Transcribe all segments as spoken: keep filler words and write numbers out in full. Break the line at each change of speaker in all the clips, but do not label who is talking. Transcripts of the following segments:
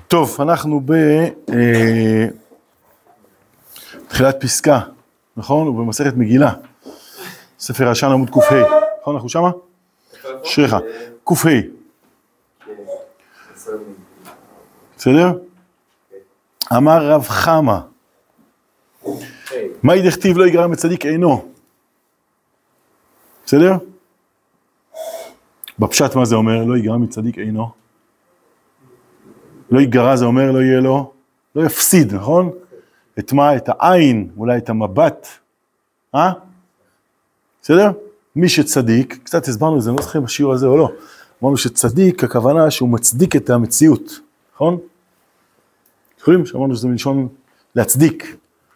טוב, אנחנו בתחילת פסקה, נכון? ובמסכת מגילה. ספר השן עמוד קוף ה', נכון? אנחנו שמה? שריחה, קוף ה'. בסדר? אמר רב חמה, מה ידכתיב לא יגרע מצדיק אינו? בסדר? בפשט מה זה אומר? לא יגרע מצדיק אינו. לא יגרע זה אומר לא יהיה לו, לא יפסיד, נכון? את מה? את העין, אולי את המבט. אה? בסדר? מי שצדיק, קצת הסברנו את זה, אני לא זוכר בשיעור הזה או לא. אמרנו שצדיק, הכוונה שהוא מצדיק את המציאות, נכון? יכולים? שאמרנו שזה מלשון להצדיק.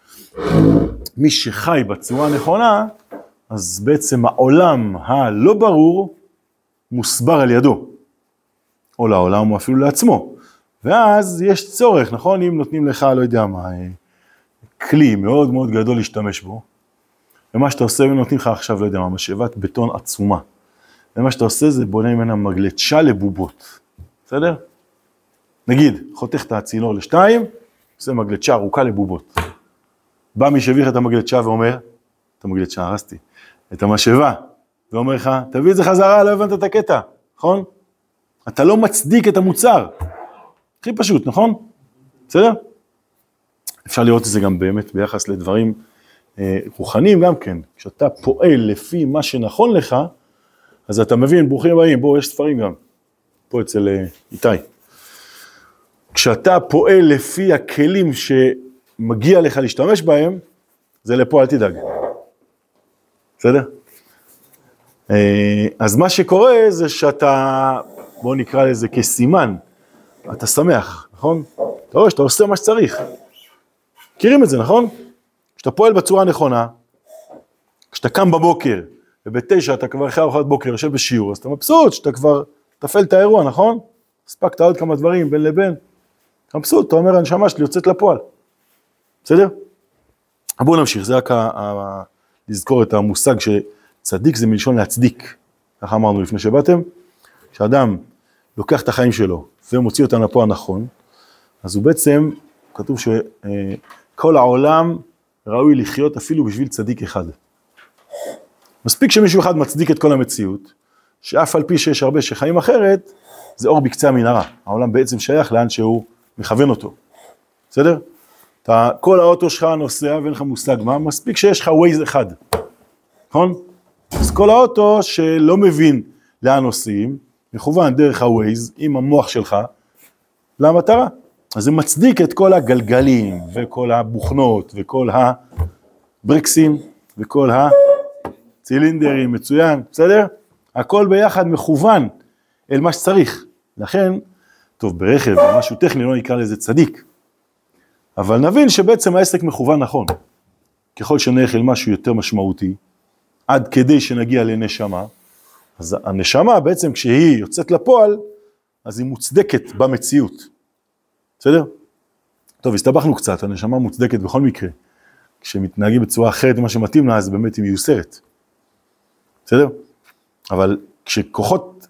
מי שחי בצורה הנכונה, אז בעצם העולם הלא ברור מוסבר על ידו. או לעולם או אפילו לעצמו. ואז יש צורך, נכון? אם נותנים לך, לא יודע מה, כלי מאוד מאוד גדול להשתמש בו, ומה שאתה עושה, אם נותנים לך עכשיו, לא יודע מה, משאבת בטון עצומה, ומה שאתה עושה זה בונה ממנה מגלצ'ה לבובות, בסדר? נגיד, חותך את הצינור לשתיים, עושה מגלצ'ה ארוכה לבובות. בא מי שהביא לך את המגלצ'ה ואומר, את המגלצ'ה הרסתי, את המשאבה, ואומר לך, תביא את זה חזרה, לא הבנת את הקטע, נכון? אתה לא מצדיק את המוצר. הכי פשוט, נכון? בסדר? אפשר לראות את זה גם באמת ביחס לדברים אה, רוחניים גם כן. כשאתה פועל לפי מה שנכון לך, אז אתה מבין, ברוכים הבאים, בואו, יש ספרים גם. פה אצל אה, איתי. כשאתה פועל לפי הכלים שמגיע לך להשתמש בהם, זה לפה, אל תדאג. בסדר? אה, אז מה שקורה זה שאתה, בואו נקרא לזה כסימן, אתה שמח, נכון? אתה רואה שאתה עושה מה שצריך. מכירים את זה, נכון? כשאתה פועל בצורה נכונה, כשאתה קם בבוקר, ובתשע אתה כבר אחרי ארוחת בוקר יושב בשיעור, אז אתה מבסוט שאתה כבר תפעל את האירוע, נכון? הספקת עוד כמה דברים בין לבין. אתה מבסוט, אתה אומר, הנשמה שלי יוצאת לפועל. בסדר? בואו נמשיך, זה רק ה- ה- לזכור את המושג שצדיק זה מלשון להצדיק. ככה אמרנו לפני שבאתם, כשאדם לוקח את החיים שלו, ומוציא אותם לפה הנכון, אז הוא בעצם, כתוב שכל העולם ראוי לחיות אפילו בשביל צדיק אחד. מספיק שמישהו אחד מצדיק את כל המציאות, שאף על פי שיש הרבה שחיים אחרת, זה אור בקצה המנהרה. העולם בעצם שייך לאן שהוא מכוון אותו. בסדר? אתה, כל האוטו שלך נוסע ואין לך מושג מה, מספיק שיש לך ווייז אחד. נכון? אז כל האוטו שלא מבין לאן נוסעים, מכוון דרך הווייז עם המוח שלך למטרה. אז זה מצדיק את כל הגלגלים וכל הבוכנות וכל הברקסים וכל הצילינדרים, מצוין, בסדר? הכל ביחד מכוון אל מה שצריך. לכן, טוב, ברכב, משהו טכני, לא נקרא לזה צדיק. אבל נבין שבעצם העסק מכוון נכון. ככל שנלך אל משהו יותר משמעותי, עד כדי שנגיע לנשמה, אז הנשמה בעצם כשהיא יוצאת לפועל, אז היא מוצדקת במציאות. בסדר? טוב, הסתבכנו קצת, הנשמה מוצדקת בכל מקרה. כשמתנהגים בצורה אחרת ממה שמתאים לה, אז באמת היא מיוסרת. בסדר? אבל כשכוחות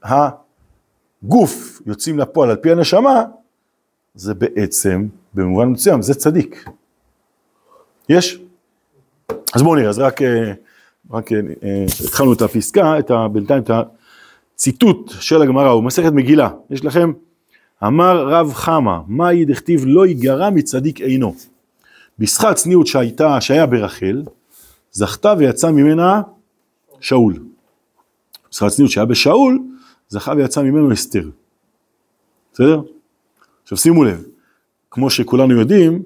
הגוף יוצאים לפועל על פי הנשמה, זה בעצם, במובן מסוים, זה צדיק. יש? אז בואו נראה, אז רק... רק התחלנו את הפסקה, את בינתיים את הציטוט של הגמרא, הוא מסכת מגילה, יש לכם, אמר רב חמה, מה ידכתיב לא יגרע מצדיק אינו, בשכר צניעות שהייתה, שהיה ברחל, זכתה ויצא ממנה שאול, בשכר צניעות שהיה בשאול, זכה ויצא ממנו אסתר, בסדר? עכשיו שימו לב, כמו שכולנו יודעים,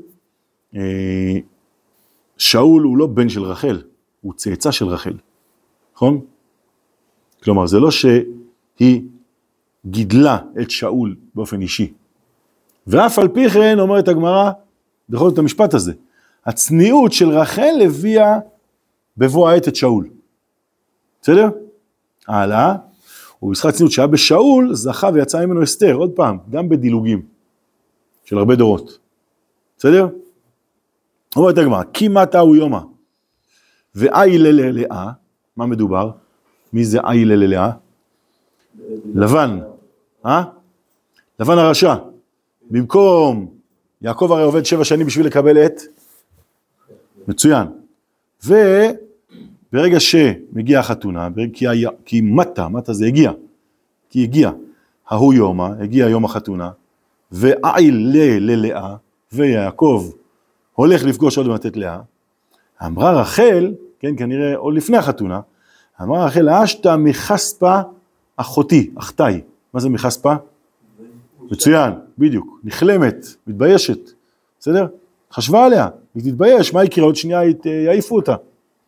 שאול הוא לא בן של רחל, הוא צאצא של רחל, נכון? כלומר, זה לא שהיא גידלה את שאול באופן אישי. ואף על פי כן, אומרת הגמרא, בכל זאת המשפט הזה, הצניעות של רחל הביאה בבוא העת את שאול. בסדר? הלאה, ובשכר צניעות שהיה בשאול, זכה ויצא ממנו אסתר, עוד פעם, גם בדילוגים של הרבה דורות. בסדר? אומרת הגמרא, כי מתה הוא יומה. ואי ללאה, מה מדובר? מי זה אי ללאה? לבן, אה? לבן הרשע. במקום, יעקב הרי עובד שבע שנים בשביל לקבל את, מצוין. וברגע שמגיע החתונה, כי, היה, כי מתה, מתה זה הגיע, כי הגיע, ההוא יומה, הגיע יום החתונה, ועיל ללאה, ויעקב הולך לפגוש עוד ומתת לאה, אמרה רחל, כן, כנראה עוד לפני החתונה, אמרה רחל, אשתה מחספה אחותי, אחתי. מה זה מחספה? מצוין, בדיוק, נחלמת, מתביישת, בסדר? חשבה עליה, היא תתבייש, מה יקרה? עוד שנייה יעיפו אותה.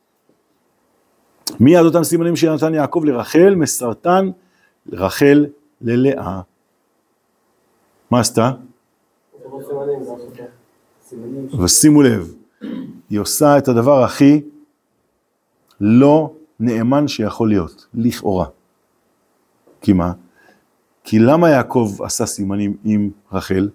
מיד אותם סימנים שנתן יעקב לרחל, מסרטן רחל ללאה. מה עשתה? ושימו לב, היא עושה את הדבר הכי לא נאמן שיכול להיות, לכאורה. כי מה? כי למה יעקב עשה סימנים עם רחל?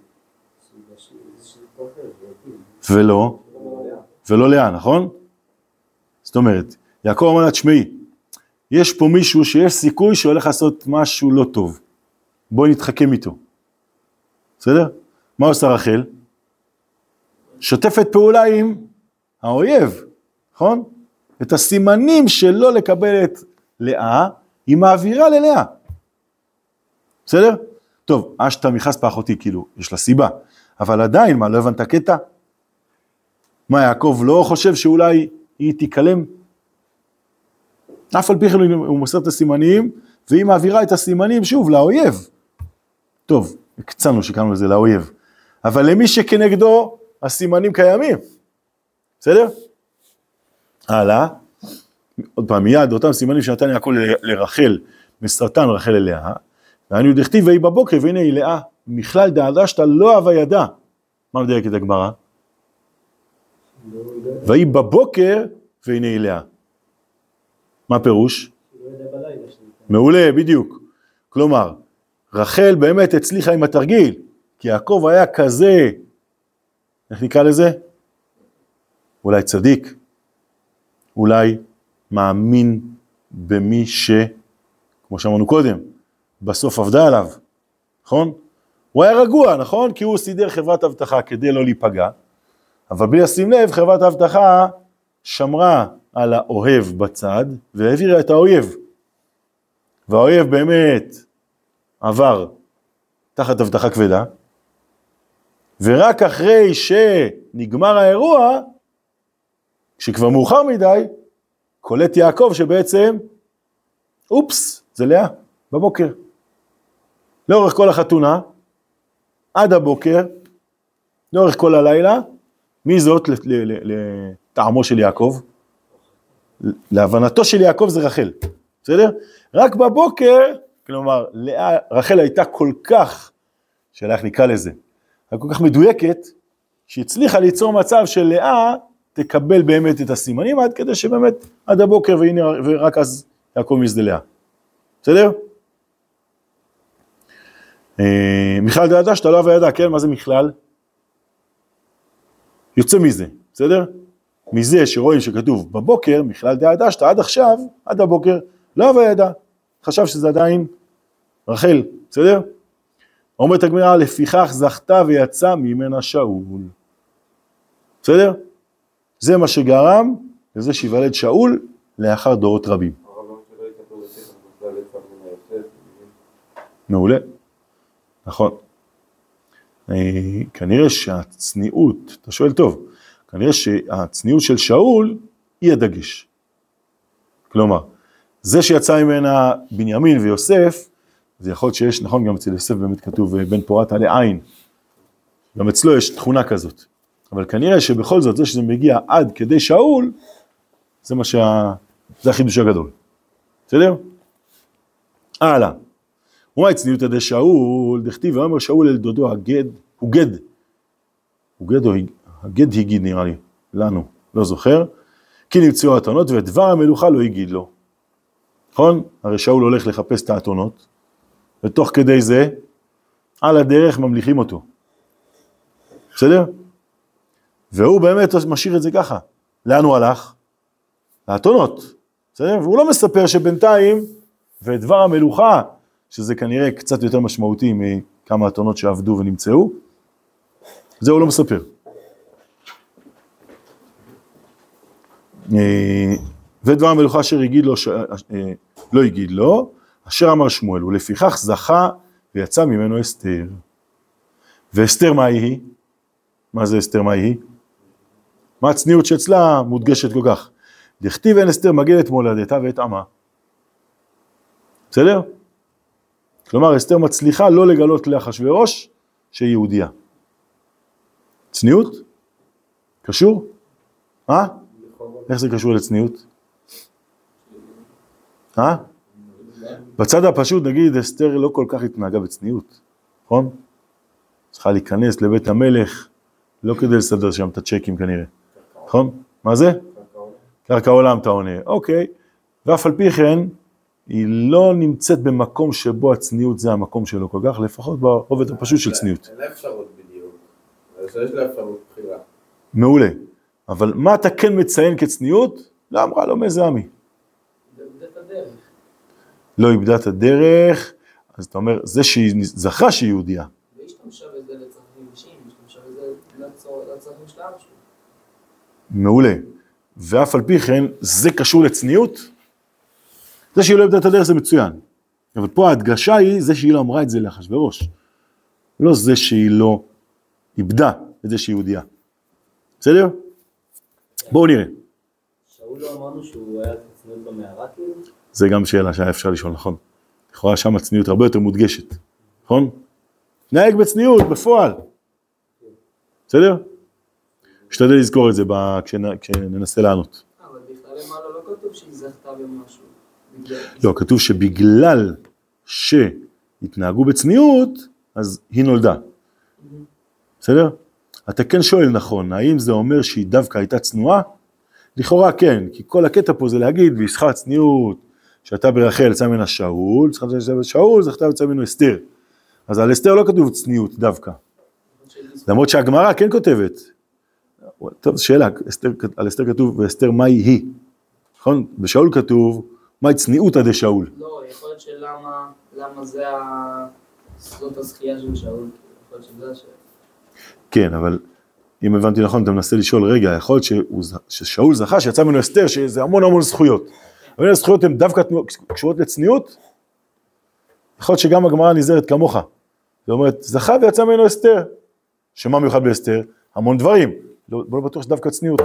ולא, ולא לאה, נכון? זאת אומרת, יעקב אמר לה, תשמעי, יש פה מישהו שיש סיכוי שהולך לעשות משהו לא טוב. בואי נתחכם איתו. בסדר? מה עושה רחל? שותפת פעולה עם האויב, נכון? את הסימנים שלא לקבל את לאה, היא מעבירה ללאה. בסדר? טוב, אשתה מחספה אחותי, כאילו, יש לה סיבה. אבל עדיין, מה, לא הבנת קטע? מה, יעקב לא חושב שאולי היא תיכלם? אף על פי כן הוא מוסר את הסימנים, והיא מעבירה את הסימנים, שוב, לאויב. טוב, הקצנו שקראנו לזה לאויב. אבל למי שכנגדו, הסימנים קיימים. בסדר? הלאה. עוד פעם, מיד, אותם סימנים שנתן יעקב לרחל, מסרטן רחל ללאה, ואני דכתיב, והיא בבוקר, והנה היא לאה, מכלל דעדה שאתה לא אהבה ידה. מה מדייק את הגמרא? והיא בבוקר, והנה היא לאה. מה פירוש? מעולה, בדיוק. כלומר, רחל באמת הצליחה עם התרגיל, כי יעקב היה כזה, איך נקרא לזה? אולי צדיק, אולי מאמין במי ש, כמו שאמרנו קודם, בסוף עבדה עליו, נכון? הוא היה רגוע, נכון? כי הוא סידר חברת הבטחה כדי לא להיפגע, אבל בלי לשים לב, חברת ההבטחה שמרה על האוהב בצד, והעבירה את האויב. והאויב באמת עבר תחת הבטחה כבדה, ורק אחרי שנגמר האירוע, כשכבר מאוחר מדי, קולט יעקב שבעצם, אופס, זה לאה, בבוקר. לאורך כל החתונה, עד הבוקר, לאורך כל הלילה, מי זאת לטעמו של יעקב? להבנתו של יעקב זה רחל, בסדר? רק בבוקר, כלומר, לאה, רחל הייתה כל כך, שאלה איך נקרא לזה, כל כך מדויקת, שהצליחה ליצור מצב של לאה, תקבל באמת את הסימנים, עד כדי שבאמת עד הבוקר, והנה, ורק אז יעקב מזדה לאה. בסדר? מכלל דעדה שאתה לא אהבה ידה, כן? מה זה מכלל? יוצא מזה, בסדר? מזה שרואים שכתוב בבוקר, מכלל דעדה שאתה עד עכשיו, עד הבוקר, לא אהבה ידה. חשב שזה עדיין רחל, בסדר? אומרת הגמרא, לפיכך זכתה ויצא ממנה שאול. בסדר? זה מה שגרם, וזה שיוולד שאול לאחר דורות רבים. מעולה. נכון. כנראה שהצניעות, אתה שואל טוב, כנראה שהצניעות של שאול היא הדגש. כלומר, זה שיצא ממנה בנימין ויוסף, זה יכול להיות שיש, נכון, גם אצל יוסף באמת כתוב בן פורתה לעין, גם אצלו יש תכונה כזאת. אבל כנראה שבכל זאת, זה שזה מגיע עד כדי שאול, זה מה שה... זה החידוש הגדול. בסדר? הלאה. ומה הצניעות עדי שאול? דכתיב ואומר שאול אל דודו הגד, הוא גד. הוא גד או הגד הגיד נראה לי, לנו, לא זוכר. כי נמצאו האתונות ודבר המלוכה לא הגיד לו. נכון? הרי שאול הולך לחפש את האתונות, ותוך כדי זה, על הדרך ממליכים אותו. בסדר? והוא באמת משאיר את זה ככה. לאן הוא הלך? לאתונות. בסדר? והוא לא מספר שבינתיים, ודבר המלוכה, שזה כנראה קצת יותר משמעותי מכמה אתונות שעבדו ונמצאו, זה הוא לא מספר. ודבר המלוכה אשר הגיד לו, לא הגיד לו, אשר אמר שמואל, ולפיכך זכה ויצא ממנו אסתר. ואסתר מה היא? מה זה אסתר מה היא? מה הצניעות שאצלה מודגשת כל כך? דכתיב אין אסתר מגן את מולדתה ואת עמה. בסדר? כלומר, אסתר מצליחה לא לגלות לאחשוורוש שהיא יהודייה. צניעות? קשור? אה? איך זה קשור לצניעות? אה? בצד הפשוט, נגיד, אסתר לא כל כך התנהגה בצניעות, נכון? צריכה להיכנס לבית המלך, לא כדי לסדר שם את הצ'קים כנראה, נכון? מה זה? קרקע עולם אתה עונה, אוקיי, ואף על פי כן, היא לא נמצאת במקום שבו הצניעות זה המקום שלו כל כך, לפחות ברובד הפשוט של צניעות.
אין לה אפשרות בדיוק, אבל יש לה אפשרות בחירה.
מעולה, אבל מה אתה כן מציין כצניעות? לא אמרה לו מזעמי.
איבדה את הדרך.
לא איבדה את הדרך, אז אתה אומר, זה שהיא זכה שהיא יהודייה.
והשתמשה בזה לצרכים אישיים, השתמשה בזה לצרכים של האב שלו.
מעולה. ואף על פי כן, זה קשור לצניעות? זה שהיא לא איבדה את הדרך זה מצוין. אבל פה ההדגשה היא, זה שהיא לא אמרה את זה לאחשוורוש. לא זה שהיא לא איבדה את זה שהיא יהודייה. בסדר? בואו נראה.
שאול לא אמרנו שהוא היה צניעות במערה כאילו?
זה גם שאלה שהיה אפשר לשאול, נכון. לכאורה שם הצניעות הרבה יותר מודגשת. נכון? נהג בצניעות, בפועל. בסדר? שתדע לזכור את זה כשננסה לענות.
אבל בכלל למעלה לא כתוב שהיא זכתה במשהו.
לא, כתוב שבגלל שהתנהגו בצניעות, אז היא נולדה. בסדר? אתה כן שואל נכון, האם זה אומר שהיא דווקא הייתה צנועה? לכאורה כן, כי כל הקטע פה זה להגיד, וישכה צניעות, שאתה ברחל יצא ממנה שאול, שאול זכתה יצא ממנו אסתר. אז על אסתר לא כתוב צניעות דווקא. למרות שהגמרא כן כותבת. טוב, שאלה, על אסתר כתוב, ואסתר מהי היא? נכון? בשאול כתוב, מהי צניעותא דשאול?
לא, יכול להיות שלמה, למה זה ה... זאת הזכייה של שאול, יכול להיות שזה השאלה.
כן, אבל אם הבנתי נכון, אתה מנסה לשאול, רגע, יכול להיות ששאול זכה, שיצא ממנו אסתר, שזה המון המון זכויות. אבל הזכויות הן דווקא קשורות לצניעות, יכול להיות שגם הגמרא נזהרת כמוך. זאת אומרת, זכה ויצא ממנו אסתר. שמה מיוחד באסתר? המון דברים. בוא לא בטוח שדווקא צניעות.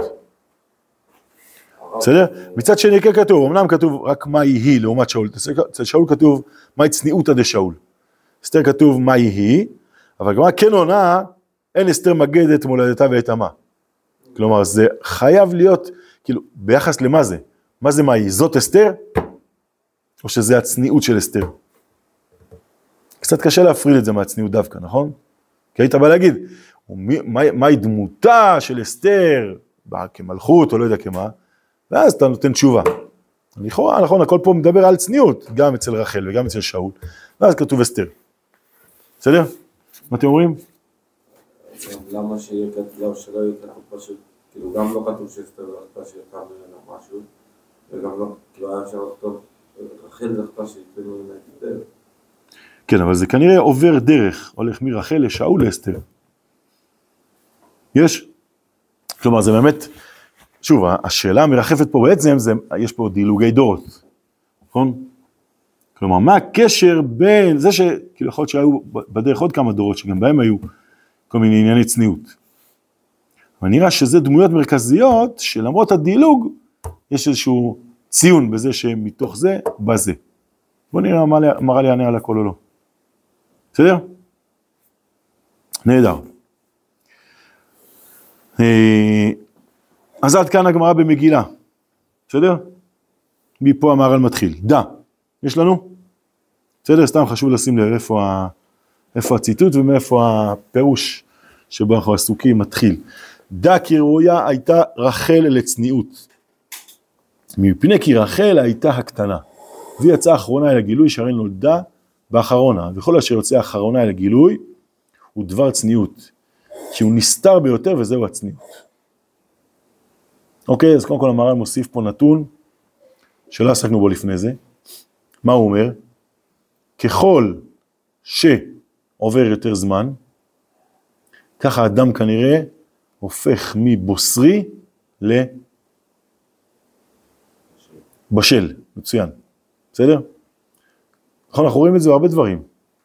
בסדר? מצד שני כן כתוב, אמנם כתוב רק מהי היא לעומת שאול. אצל שאול כתוב מהי צניעותא דשאול. אסתר כתוב מהי היא, אבל הגמרא כן עונה, אין אסתר מגד את מולדתה ואת עמה. כלומר, זה חייב להיות, כאילו, ביחס למה זה? מה זה מהי? זאת אסתר? או שזה הצניעות של אסתר? קצת קשה להפריד את זה מהצניעות דווקא, נכון? כי היית בא להגיד, מהי דמותה של אסתר, כמלכות או לא יודע כמה, ואז אתה נותן תשובה. לכאורה, נכון, הכל פה מדבר על צניעות, גם אצל רחל וגם אצל שאול, ואז כתוב אסתר. בסדר? מה אתם אומרים?
למה שיהיה כתוב, שלא יהיה כתוב פשוט, כאילו גם לא כתוב שאסתר זכתה שיצא ממנה משהו, וגם לא, כאילו היה אפשר לכתוב, רחל זכתה שיצא ממנה אסתר.
כן, אבל זה כנראה עובר דרך, הולך מרחל לשאול לאסתר. יש? כלומר, זה באמת, שוב, השאלה המרחפת פה בעצם, זה, יש פה דילוגי דורות, נכון? כלומר, מה הקשר בין, זה שכאילו יכול להיות שהיו בדרך עוד כמה דורות, שגם בהם היו כל מיני ענייני צניעות. אבל נראה שזה דמויות מרכזיות, שלמרות הדילוג, יש איזשהו ציון בזה שמתוך זה, בזה. בואו נראה מה רע לי יענה על הכל או לא. בסדר? נהדר. אז עד כאן הגמרא במגילה. בסדר? מפה המהר"ל מתחיל. דע. יש לנו? בסדר? סתם חשוב לשים לב איפה, ה... איפה הציטוט ומאיפה הפירוש שבו אנחנו עסוקים מתחיל. דע כי ראויה הייתה רחל לצניעות. מפני כי רחל הייתה הקטנה. והיא יצאה האחרונה אל הגילוי שהרי נולדה באחרונה. וכל אשר יוצא האחרונה אל הגילוי הוא דבר צניעות. כי הוא נסתר ביותר וזהו הצניעות. אוקיי, אז קודם כל המהר"ל מוסיף פה נתון שלא עסקנו בו לפני זה. מה הוא אומר? ככל שעובר יותר זמן, ככה האדם כנראה הופך מבוסרי לבשל, מצוין, בסדר? נכון, אנחנו רואים את זה בהרבה דברים,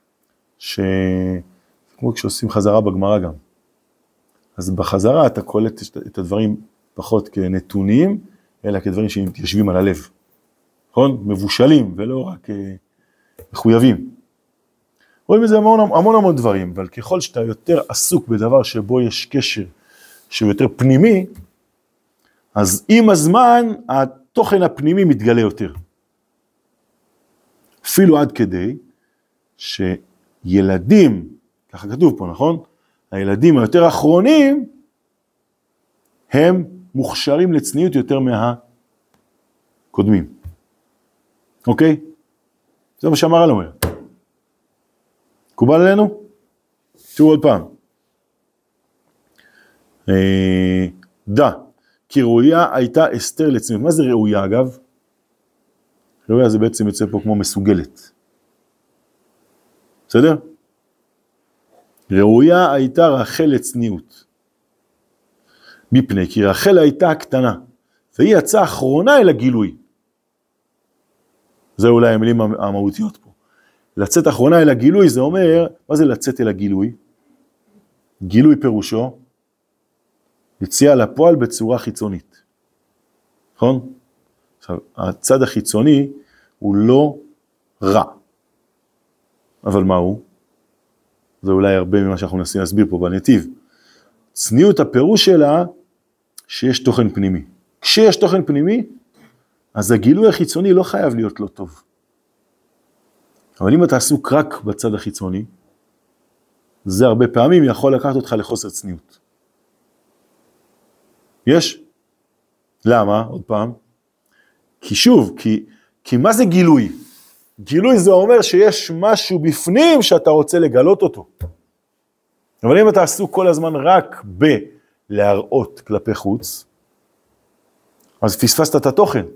שכמו כשעושים חזרה בגמרא גם, אז בחזרה אתה קולט את הדברים פחות כנתונים, אלא כדברים שמתיישבים על הלב, נכון? מבושלים ולא רק מחויבים. רואים את זה המון המון המון דברים, אבל ככל שאתה יותר עסוק בדבר שבו יש קשר שהוא יותר פנימי, אז עם הזמן התוכן הפנימי מתגלה יותר. אפילו עד כדי שילדים, ככה כתוב פה, נכון? הילדים היותר אחרונים, הם מוכשרים לצניעות יותר מהקודמים. אוקיי? זה מה שהמהר"ל אומר. מקובל עלינו? תראו עוד פעם. אה, דע, כי ראויה הייתה אסתר לצניעות. מה זה ראויה אגב? ראויה זה בעצם יוצא פה כמו מסוגלת. בסדר? ראויה הייתה רחל לצניעות. מפני כי רחל הייתה הקטנה, והיא יצאה אחרונה אל הגילוי. זה אולי המילים המהותיות פה. לצאת אחרונה אל הגילוי זה אומר, מה זה לצאת אל הגילוי? גילוי פירושו, יציאה לפועל בצורה חיצונית. נכון? עכשיו, הצד החיצוני הוא לא רע. אבל מה הוא? זה אולי הרבה ממה שאנחנו נסים להסביר פה בנתיב. צניעות הפירוש שלה, שיש תוכן פנימי. כשיש תוכן פנימי, אז הגילוי החיצוני לא חייב להיות לא טוב. אבל אם אתה עסוק רק בצד החיצוני, זה הרבה פעמים יכול לקחת אותך לחוסר צניעות. יש? למה? עוד פעם. כי שוב, כי, כי מה זה גילוי? גילוי זה אומר שיש משהו בפנים שאתה רוצה לגלות אותו. אבל אם אתה עסוק כל הזמן רק בלהראות כלפי חוץ, אז פספסת את התוכן.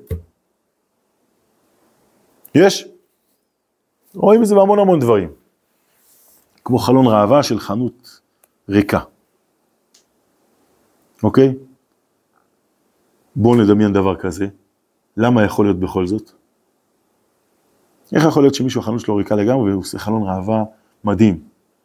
יש? רואים את זה בהמון המון דברים. כמו חלון ראווה של חנות ריקה. אוקיי? בואו נדמיין דבר כזה. למה יכול להיות בכל זאת? איך יכול להיות שמישהו החנות שלו ריקה לגמרי והוא עושה חלון ראווה מדהים?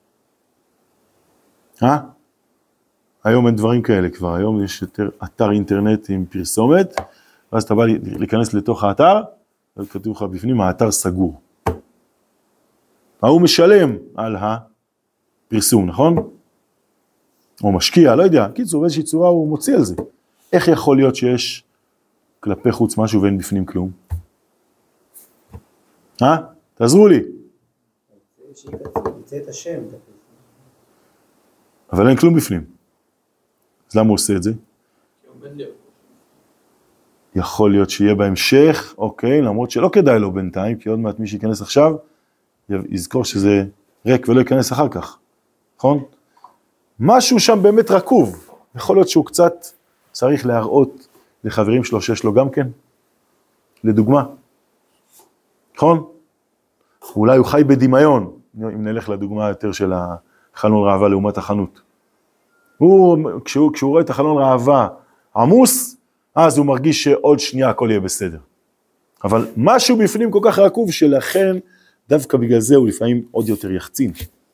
אה? היום אין דברים כאלה כבר. היום יש יותר אתר אינטרנט עם פרסומת, ואז אתה בא להיכנס לתוך האתר, אז כתוב לך בפנים, האתר סגור. הוא משלם על הפרסום, נכון? או משקיע, לא יודע, קיצור, באיזושהי צורה הוא מוציא על זה. איך יכול להיות שיש כלפי חוץ משהו ואין בפנים כלום? אה? תעזרו לי.
יצא את השם.
אבל אין כלום בפנים. אז למה הוא עושה את זה? יכול להיות שיהיה בהמשך, אוקיי, למרות שלא כדאי לו בינתיים, כי עוד מעט מי שיכנס עכשיו, יזכור שזה ריק ולא ייכנס אחר כך, נכון? משהו שם באמת רקוב, יכול להיות שהוא קצת צריך להראות לחברים שלו שיש לו גם כן, לדוגמה, נכון? אולי הוא חי בדמיון, אם נלך לדוגמה יותר של החלון ראווה לעומת החנות. הוא, כשהוא, כשהוא רואה את החלון ראווה עמוס, אז הוא מרגיש שעוד שנייה הכל יהיה בסדר. אבל משהו בפנים כל כך רקוב שלכן, דווקא בגלל זה הוא לפעמים עוד יותר יחצין.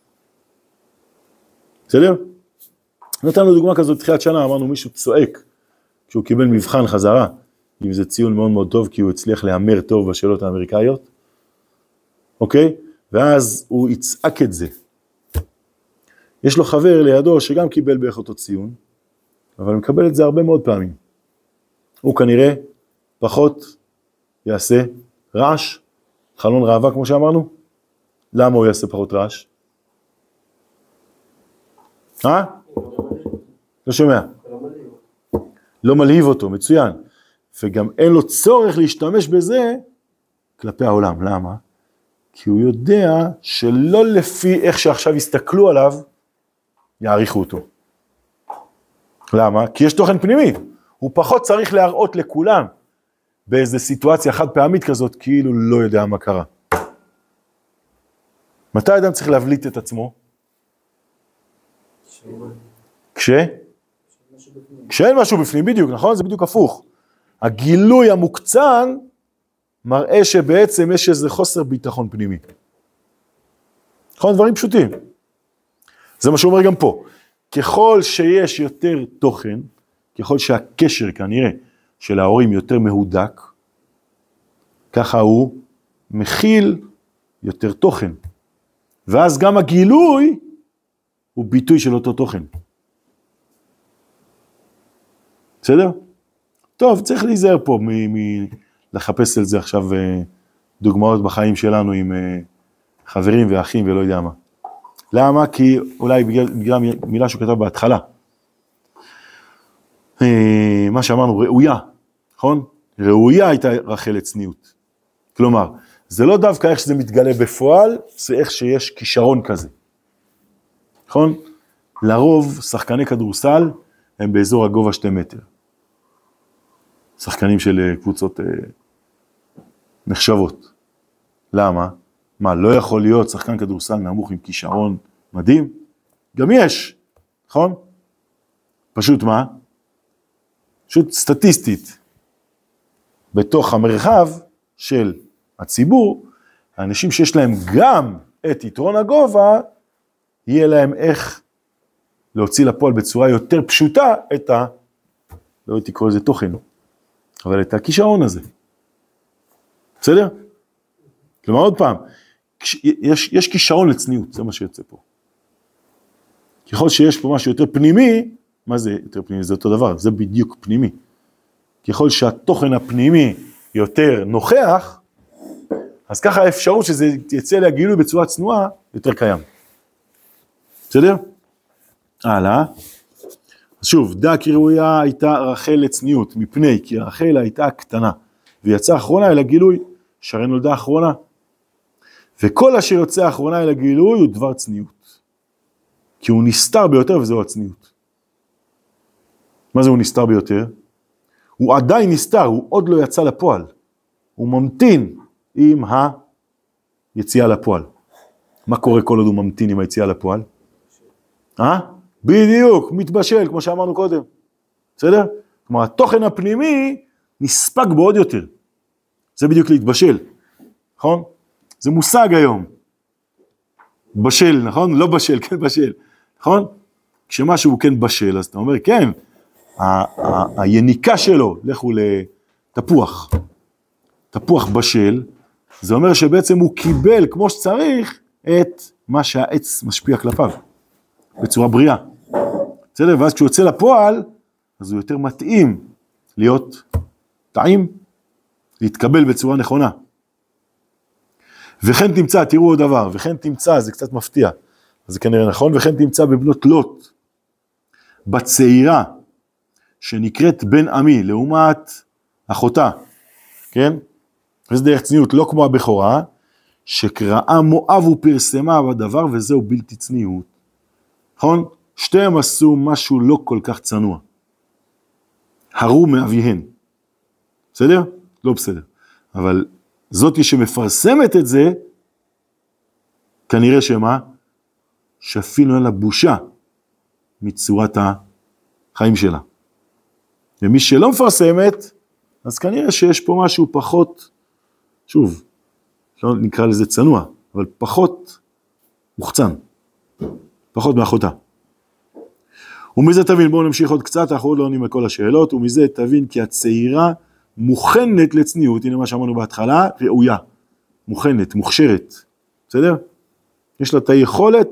בסדר? נתנו דוגמה כזאת, תחילת שנה, אמרנו מישהו צועק, כשהוא קיבל מבחן חזרה, אם זה ציון מאוד מאוד טוב, כי הוא הצליח להמר טוב בשאלות האמריקאיות, אוקיי? ואז הוא יצעק את זה. יש לו חבר לידו שגם קיבל בערך אותו ציון, אבל הוא מקבל את זה הרבה מאוד פעמים. הוא כנראה פחות יעשה רעש, חלון ראווה כמו שאמרנו. למה הוא יעשה פחות רעש? אה? לא שומע. לא מלהיב אותו, מצוין. וגם אין לו צורך להשתמש בזה כלפי העולם. למה? כי הוא יודע שלא לפי איך שעכשיו יסתכלו עליו, יעריכו אותו. למה? כי יש תוכן פנימי. הוא פחות צריך להראות לכולם באיזו סיטואציה חד פעמית כזאת, כאילו לא יודע מה קרה. מתי אדם צריך להבליט את עצמו? כש? כשאין משהו בפנים, בדיוק, נכון? זה בדיוק הפוך. הגילוי המוקצן מראה שבעצם יש איזה חוסר ביטחון פנימי. נכון? דברים פשוטים. זה מה שהוא אומר גם פה. ככל שיש יותר תוכן, ככל שהקשר כנראה של ההורים יותר מהודק, ככה הוא מכיל יותר תוכן. ואז גם הגילוי הוא ביטוי של אותו תוכן. בסדר? טוב, צריך להיזהר פה מ- מ- לחפש על זה עכשיו דוגמאות בחיים שלנו עם חברים ואחים ולא יודע מה. למה? כי אולי בגלל, בגלל מילה שהוא כתב בהתחלה. מה שאמרנו, ראויה, נכון? ראויה הייתה רחל לצניעות. כלומר, זה לא דווקא איך שזה מתגלה בפועל, זה איך שיש כישרון כזה. נכון? לרוב, שחקני כדורסל הם באזור הגובה שתי מטר. שחקנים של קבוצות אה, נחשבות. למה? מה, לא יכול להיות שחקן כדורסל נמוך עם כישרון מדהים? גם יש, נכון? פשוט מה? פשוט סטטיסטית. בתוך המרחב של הציבור, האנשים שיש להם גם את יתרון הגובה, יהיה להם איך להוציא לפועל בצורה יותר פשוטה את ה... לא הייתי קורא לזה תוכן, אבל את הכישרון הזה. בסדר? כלומר עוד פעם, יש, יש כישרון לצניעות, זה מה שיוצא פה. ככל שיש פה משהו יותר פנימי, מה זה יותר פנימי? זה אותו דבר, זה בדיוק פנימי. ככל שהתוכן הפנימי יותר נוכח, אז ככה האפשרות שזה יצא להגילוי בצורה צנועה, יותר קיים. בסדר? הלאה. אז שוב, דע כי ראויה הייתה רחל לצניעות, מפני כי רחל הייתה קטנה, ויצאה אחרונה אל הגילוי, שרי נולדה אחרונה. וכל אשר יוצא אחרונה אל הגילוי הוא דבר צניעות. כי הוא נסתר ביותר וזהו הצניעות. מה זה הוא נסתר ביותר? הוא עדיין נסתר, הוא עוד לא יצא לפועל. הוא ממתין עם היציאה לפועל. מה קורה כל עוד הוא ממתין עם היציאה לפועל? אה? בדיוק, מתבשל, כמו שאמרנו קודם. בסדר? כלומר, התוכן הפנימי נספק בו עוד יותר. זה בדיוק להתבשל. נכון? זה מושג היום. בשל, נכון? לא בשל, כן בשל. נכון? כשמשהו הוא כן בשל, אז אתה אומר, כן, היניקה שלו, לכו לתפוח. תפוח בשל, זה אומר שבעצם הוא קיבל כמו שצריך את מה שהעץ משפיע כלפיו. בצורה בריאה. בסדר? ואז כשהוא יוצא לפועל, אז הוא יותר מתאים להיות טעים, להתקבל בצורה נכונה. וכן תמצא, תראו עוד דבר, וכן תמצא, זה קצת מפתיע, אז זה כנראה נכון, וכן תמצא בבנות לוט, בצעירה, שנקראת בן עמי, לעומת אחותה, כן? וזה דרך צניעות, לא כמו הבכורה, שקראה מואב ופרסמה בדבר, וזהו בלתי צניעות. נכון? שתיהם עשו משהו לא כל כך צנוע. הרו מאביהן. בסדר? לא בסדר. אבל זאת שמפרסמת את זה, כנראה שמה? שאפילו אין לה בושה מצורת החיים שלה. ומי שלא מפרסמת, אז כנראה שיש פה משהו פחות, שוב, לא נקרא לזה צנוע, אבל פחות מוחצן. פחות מאחותה. ומזה תבין, בואו נמשיך עוד קצת, אנחנו עוד לא עונים לכל השאלות, ומזה תבין כי הצעירה מוכנת לצניעות, הנה מה שאמרנו בהתחלה, ראויה, מוכנת, מוכשרת, בסדר? יש לה את היכולת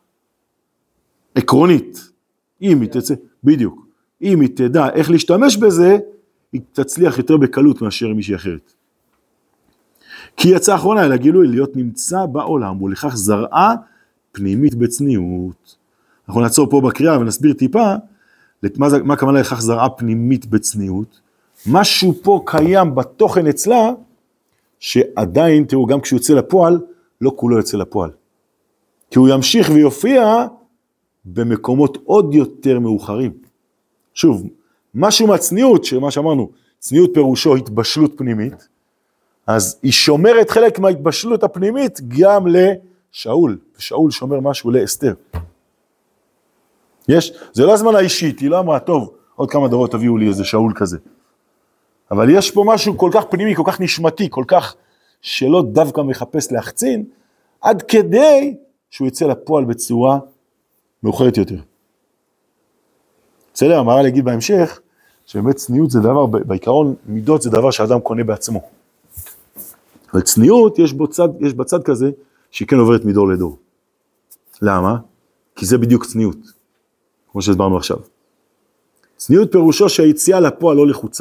העקרונית, אם היא תצא, בדיוק, אם היא תדע איך להשתמש בזה, היא תצליח יותר בקלות מאשר מישהי אחרת. כי יצא האחרונה אל הגילוי להיות נמצא בעולם, ולכך זרעה פנימית בצניעות. אנחנו נעצור פה בקריאה ונסביר טיפה, מה, מה כמובן לכך זרעה פנימית בצניעות. משהו פה קיים בתוכן אצלה, שעדיין, תראו, גם כשהוא יוצא לפועל, לא כולו יוצא לפועל. כי הוא ימשיך ויופיע במקומות עוד יותר מאוחרים. שוב, משהו מהצניעות, שמה שאמרנו, צניעות פירושו התבשלות פנימית, אז היא שומרת חלק מההתבשלות הפנימית גם לשאול, ושאול שומר משהו לאסתר. יש? זה לא הזמן האישית, היא לא אמרה, טוב, עוד כמה דורות תביאו לי איזה שאול כזה. אבל יש פה משהו כל כך פנימי, כל כך נשמתי, כל כך שלא דווקא מחפש להחצין, עד כדי שהוא יצא לפועל בצורה מאוחרת יותר. בסדר, אמרה להגיד בהמשך, שבאמת צניעות זה דבר, בעיקרון מידות זה דבר שאדם קונה בעצמו. אבל צניעות יש, בצד, יש בצד כזה שהיא כן עוברת מדור לדור. למה? כי זה בדיוק צניעות, כמו שהסברנו עכשיו. צניעות פירושו שהיציאה לפועל לא לחוצה.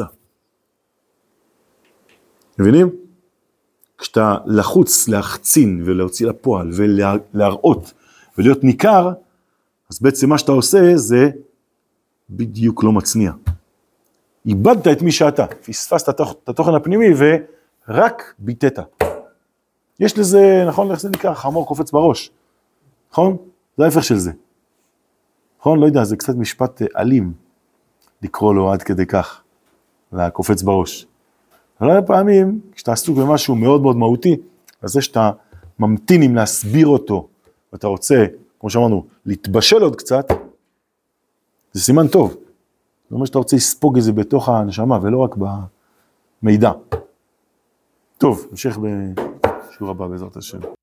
מבינים? כשאתה לחוץ להחצין ולהוציא לפועל ולהראות ולהיות ניכר, אז בעצם מה שאתה עושה זה בדיוק לא מצניע. איבדת את מי שאתה, פספסת את התוכן הפנימי ורק ביטאת. יש לזה, נכון, איך זה נקרא? חמור קופץ בראש. נכון? זה ההפך של זה. נכון? לא יודע, זה קצת משפט אלים לקרוא לו עד כדי כך, לקופץ בראש. אבל הרבה פעמים, כשאתה עסוק במשהו מאוד מאוד מהותי, אז זה שאתה ממתין עם להסביר אותו, ואתה רוצה, כמו שאמרנו, להתבשל עוד קצת, זה סימן טוב. זאת אומרת שאתה רוצה לספוג את זה בתוך הנשמה, ולא רק במידע. טוב, נמשיך בשיעור הבא בעזרת השם.